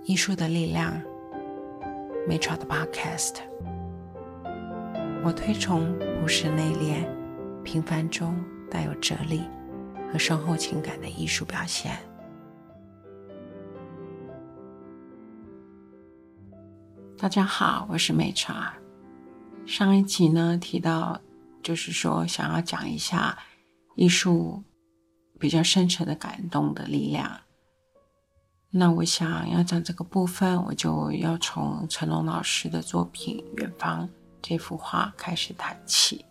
艺术的力量 Mitra 的 Podcast。 我推崇朴实内敛、平凡中带有哲理和深厚情感的艺术表现。大家好，我是 Mitra。 上一集呢提到就是说想要讲一下艺术比较深沉的感动的力量。那我想要讲这个部分，我就要从成龙老师的作品《远方》这幅画开始谈起。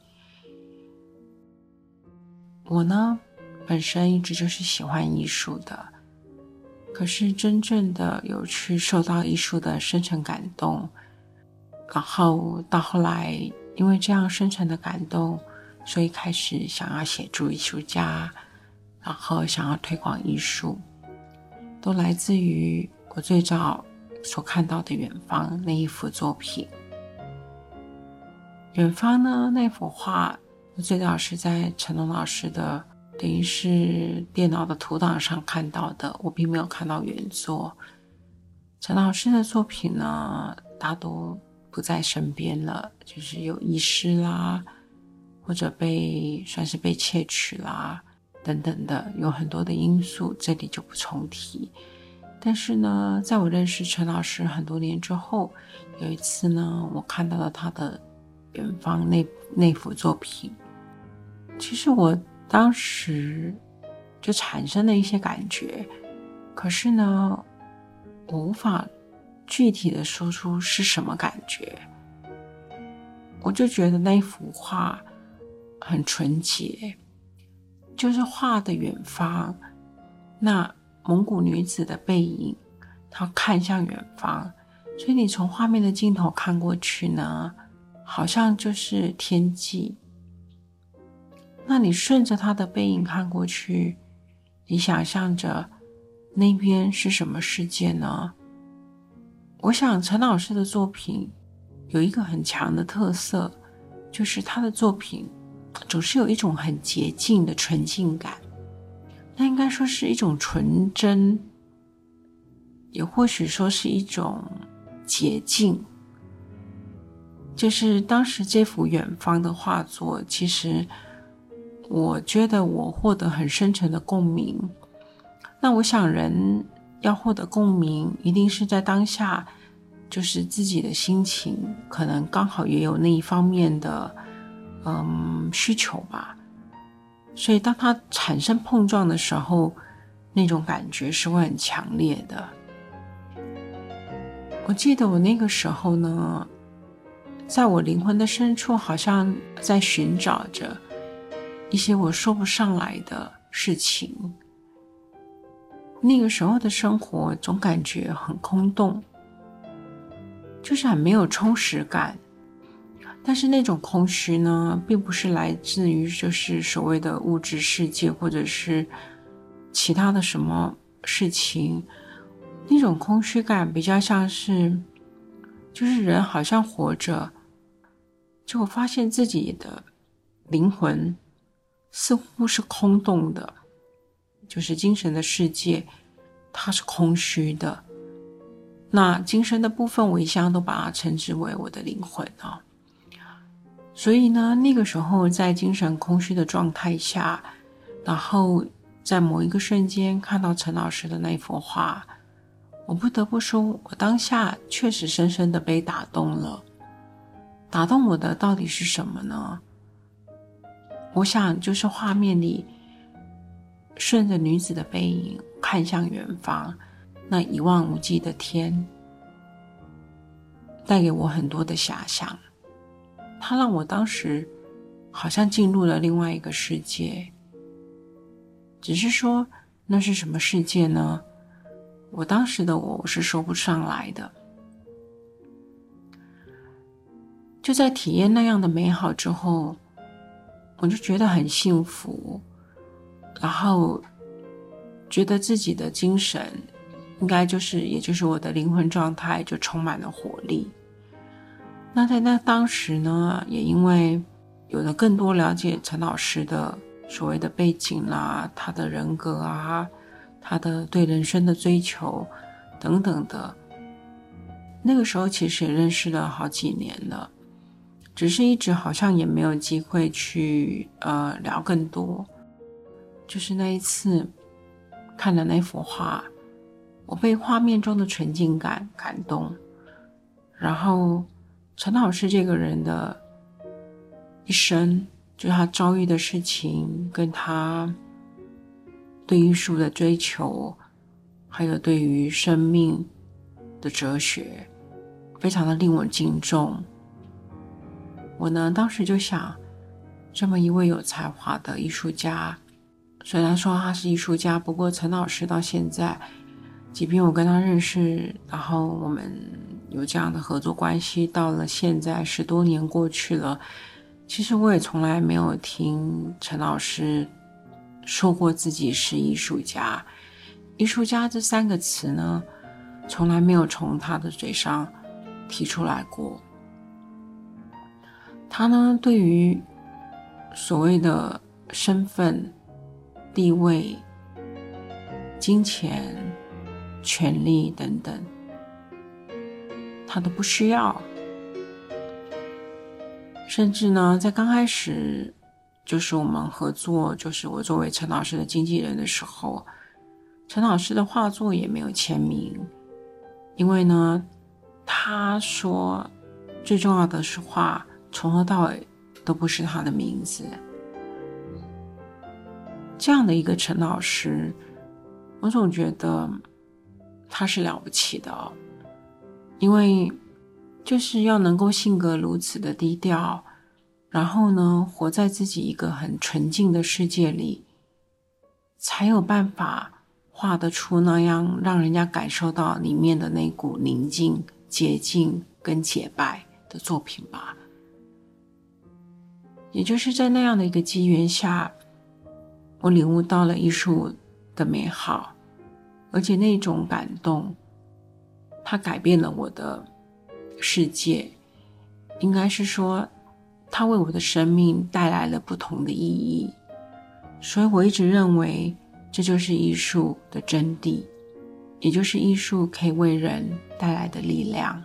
我呢本身一直就是喜欢艺术的，可是真正的有去受到艺术的深沉感动，然后到后来因为这样深沉的感动，所以开始想要协助艺术家，然后想要推广艺术，都来自于我最早所看到的《远方》那一幅作品。远方呢，那幅画我最早是在成龙老师的等于是电脑的图档上看到的，我并没有看到原作。陈老师的作品呢大都不在身边了，就是有遗失啦，或者算是被窃取啦等等的，有很多的因素，这里就不重提。但是呢，在我认识陈老师很多年之后，有一次呢，我看到了他的远方那幅作品。其实我当时就产生了一些感觉，可是呢，我无法具体的说出是什么感觉。我就觉得那幅画很纯洁，就是画的远方，那蒙古女子的背影，她看向远方，所以你从画面的镜头看过去呢，好像就是天际。那你顺着她的背影看过去，你想象着那边是什么世界呢？我想陈老师的作品有一个很强的特色，就是他的作品总是有一种很洁净的纯净感，那应该说是一种纯真，也或许说是一种洁净。就是当时这幅远方的画作，其实我觉得我获得很深沉的共鸣。那我想人要获得共鸣，一定是在当下，就是自己的心情可能刚好也有那一方面的需求吧。所以当它产生碰撞的时候，那种感觉是会很强烈的。我记得我那个时候呢，在我灵魂的深处好像在寻找着一些我说不上来的事情。那个时候的生活总感觉很空洞，就是很没有充实感。但是那种空虚呢，并不是来自于就是所谓的物质世界或者是其他的什么事情，那种空虚感比较像是就是人好像活着，结果发现自己的灵魂似乎是空洞的，就是精神的世界它是空虚的。那精神的部分我一向都把它称之为我的灵魂啊。所以呢，那个时候在精神空虚的状态下，然后在某一个瞬间看到陈老师的那幅画，我不得不说，我当下确实深深的被打动了。打动我的到底是什么呢？我想就是画面里顺着女子的背影看向远方，那一望无际的天带给我很多的遐想，它让我当时好像进入了另外一个世界。只是说那是什么世界呢？我当时的我是说不上来的。就在体验那样的美好之后，我就觉得很幸福，然后觉得自己的精神应该也就是我的灵魂状态就充满了活力。那在当时呢，也因为有了更多了解陈老师的所谓的背景啦，他的人格啊，他的对人生的追求等等的， 那个时候其实也认识了好几年了，只是一直好像也没有机会去聊更多。就是那一次看了那幅画，我被画面中的纯净感感动，然后陈老师这个人的一生，就是他遭遇的事情，跟他对艺术的追求，还有对于生命的哲学，非常的令我敬重。我呢，当时就想，这么一位有才华的艺术家，虽然说他是艺术家，不过陈老师到现在，即便我跟他认识，然后我们有这样的合作关系，到了现在10多年过去了，其实我也从来没有听陈老师说过自己是艺术家。艺术家这3个词呢，从来没有从他的嘴上提出来过。他呢，对于所谓的身份、地位、金钱、权力等等，他都不需要。甚至呢，在刚开始就是我们合作，就是我作为陈老师的经纪人的时候，陈老师的画作也没有签名，因为呢，他说最重要的是画从头到尾都不是他的名字。这样的一个陈老师，我总觉得他是了不起的哦，因为就是要能够性格如此的低调，然后呢，活在自己一个很纯净的世界里，才有办法画得出那样让人家感受到里面的那股宁静、洁净跟洁白的作品吧。也就是在那样的一个机缘下，我领悟到了艺术的美好，而且那种感动，它改变了我的世界，应该是说它为我的生命带来了不同的意义。所以我一直认为这就是艺术的真谛，也就是艺术可以为人带来的力量。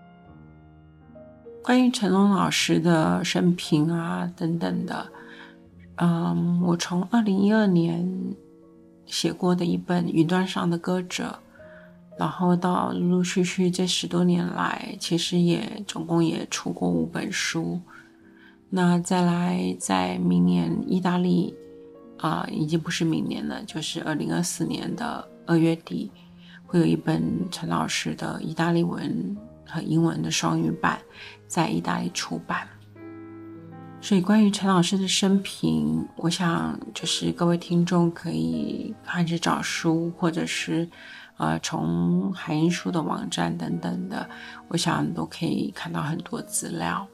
关于成龙老师的生平啊等等的，我从2012年写过的一本《云端上的歌者》，然后到陆陆续续这10多年来，其实总共也出过5本书。那再来在明年意大利已经不是明年了，就是2024年的2月底，会有一本陈老师的意大利文和英文的双语版在意大利出版。所以关于陈老师的生平，我想就是各位听众可以开始找书，或者是从海印书的网站等等的，我想都可以看到很多资料。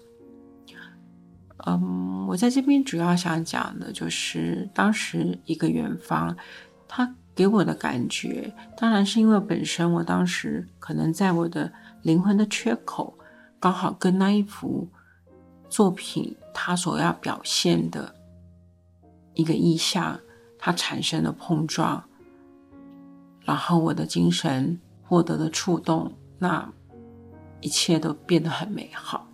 我在这边主要想讲的就是当时一个远方，他给我的感觉，当然是因为本身我当时可能在我的灵魂的缺口，刚好跟那一幅作品它所要表现的一个意象，它产生了碰撞，然后我的精神获得了触动，那一切都变得很美好。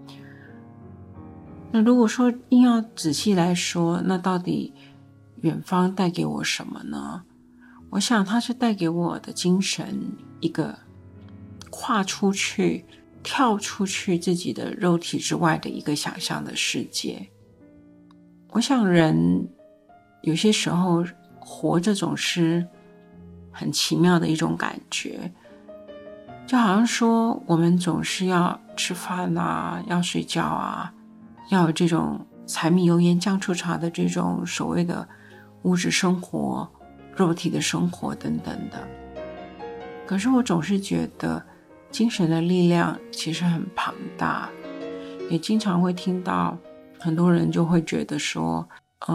那如果说硬要仔细来说，那到底远方带给我什么呢？我想它是带给我的精神一个跨出去、跳出去自己的肉体之外的一个想象的世界。我想人有些时候活着总是很奇妙的一种感觉，就好像说我们总是要吃饭啊，要睡觉啊，要有这种柴米油盐酱醋茶的这种所谓的物质生活、肉体的生活等等的。可是我总是觉得精神的力量其实很庞大，也经常会听到很多人就会觉得说，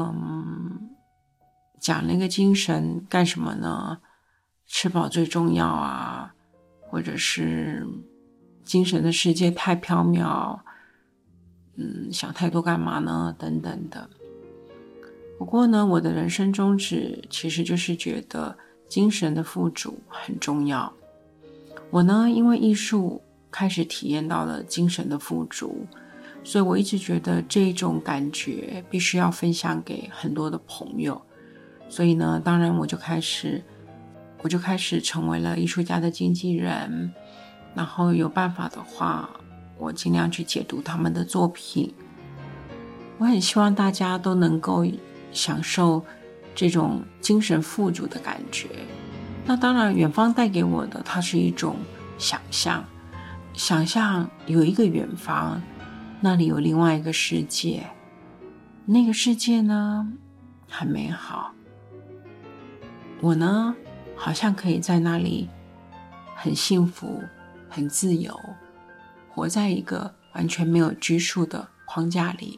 讲那个精神干什么呢？吃饱最重要啊，或者是精神的世界太缥缈，想太多干嘛呢？等等的。不过呢，我的人生宗旨其实就是觉得精神的富足很重要。我呢，因为艺术开始体验到了精神的富足，所以我一直觉得这种感觉必须要分享给很多的朋友。所以呢，当然我就开始成为了艺术家的经纪人，然后有办法的话，我尽量去解读他们的作品。我很希望大家都能够享受这种精神富足的感觉。那当然，远方带给我的，它是一种想象有一个远方，那里有另外一个世界，那个世界呢，很美好。我呢，好像可以在那里很幸福、很自由，活在一个完全没有拘束的框架里。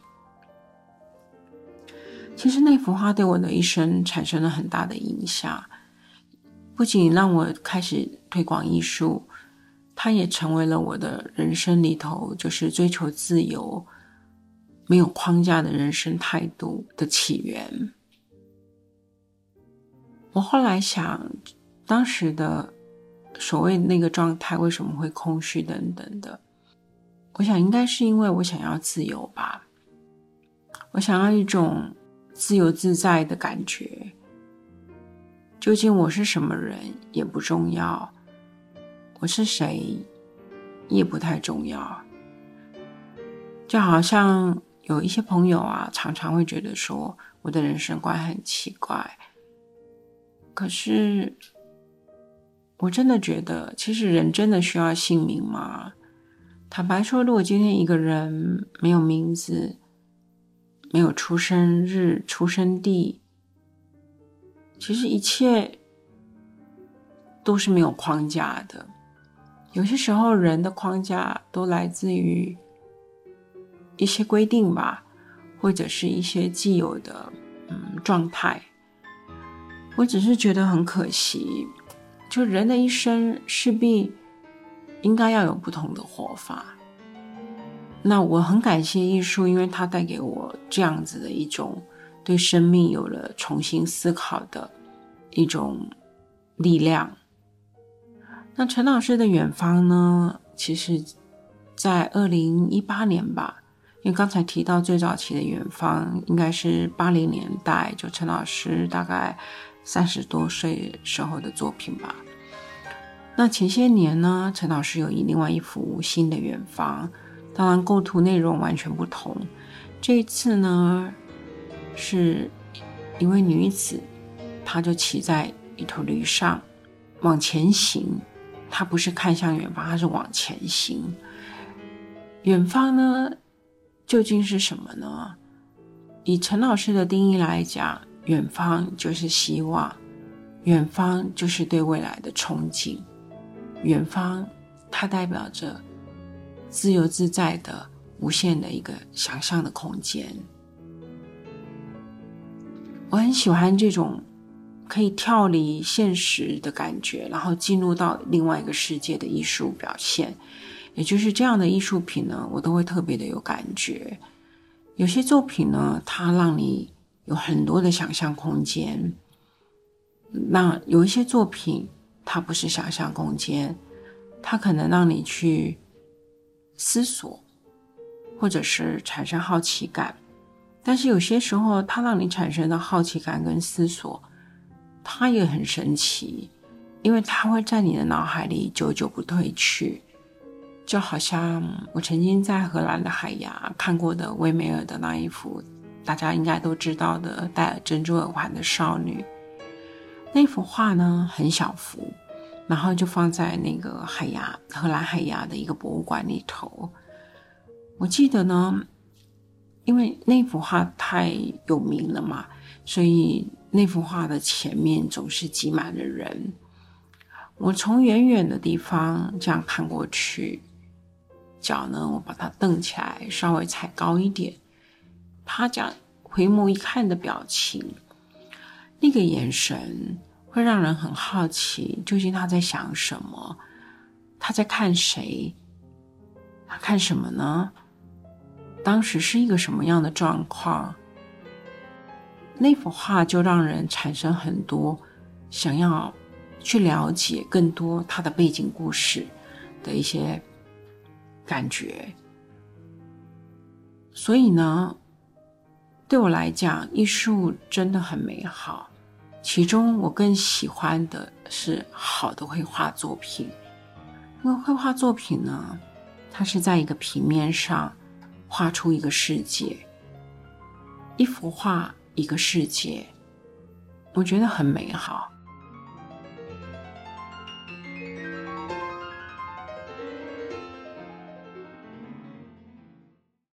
其实那幅画对我的一生产生了很大的影响，不仅让我开始推广艺术，它也成为了我的人生里头就是追求自由、没有框架的人生态度的起源。我后来想，当时的所谓那个状态为什么会空虚等等的，我想应该是因为我想要自由吧，我想要一种自由自在的感觉。究竟我是什么人也不重要，我是谁也不太重要。就好像有一些朋友啊，常常会觉得说我的人生观很奇怪，可是我真的觉得，其实人真的需要姓名吗？坦白说，如果今天一个人没有名字，没有出生日、出生地，其实一切都是没有框架的。有些时候人的框架都来自于一些规定吧，或者是一些既有的状态。我只是觉得很可惜，就人的一生势必应该要有不同的活法。那我很感谢艺术，因为它带给我这样子的一种对生命有了重新思考的一种力量。那陈老师的远方呢，其实在2018年吧，因为刚才提到最早期的远方应该是80年代，就陈老师大概30多岁时候的作品吧。那前些年呢，陈老师有另外一幅新的远方，当然构图内容完全不同。这一次呢，是一位女子，她就骑在一头驴上往前行，她不是看向远方，她是往前行。远方呢，究竟是什么呢？以陈老师的定义来讲，远方就是希望，远方就是对未来的憧憬，远方它代表着自由自在的无限的一个想象的空间。我很喜欢这种可以跳离现实的感觉，然后进入到另外一个世界的艺术表现。也就是这样的艺术品呢，我都会特别的有感觉。有些作品呢，它让你有很多的想象空间，那有一些作品它不是想象空间，它可能让你去思索，或者是产生好奇感。但是有些时候它让你产生的好奇感跟思索，它也很神奇，因为它会在你的脑海里久久不褪去。就好像我曾经在荷兰的海牙看过的维梅尔的那一幅大家应该都知道的戴尔珍珠耳环的少女，那幅画呢很小幅，然后就放在那个荷兰海牙的一个博物馆里头。我记得呢，因为那幅画太有名了嘛，所以那幅画的前面总是挤满了人。我从远远的地方这样看过去，脚呢我把它蹬起来，稍微踩高一点，他这样回眸一看的表情，那个眼神会让人很好奇，究竟他在想什么，他在看谁，他看什么呢？当时是一个什么样的状况？那幅画就让人产生很多想要去了解更多他的背景故事的一些感觉。所以呢，对我来讲，艺术真的很美好。其中我更喜欢的是好的绘画作品。因为绘画作品呢，它是在一个平面上画出一个世界，一幅画一个世界，我觉得很美好。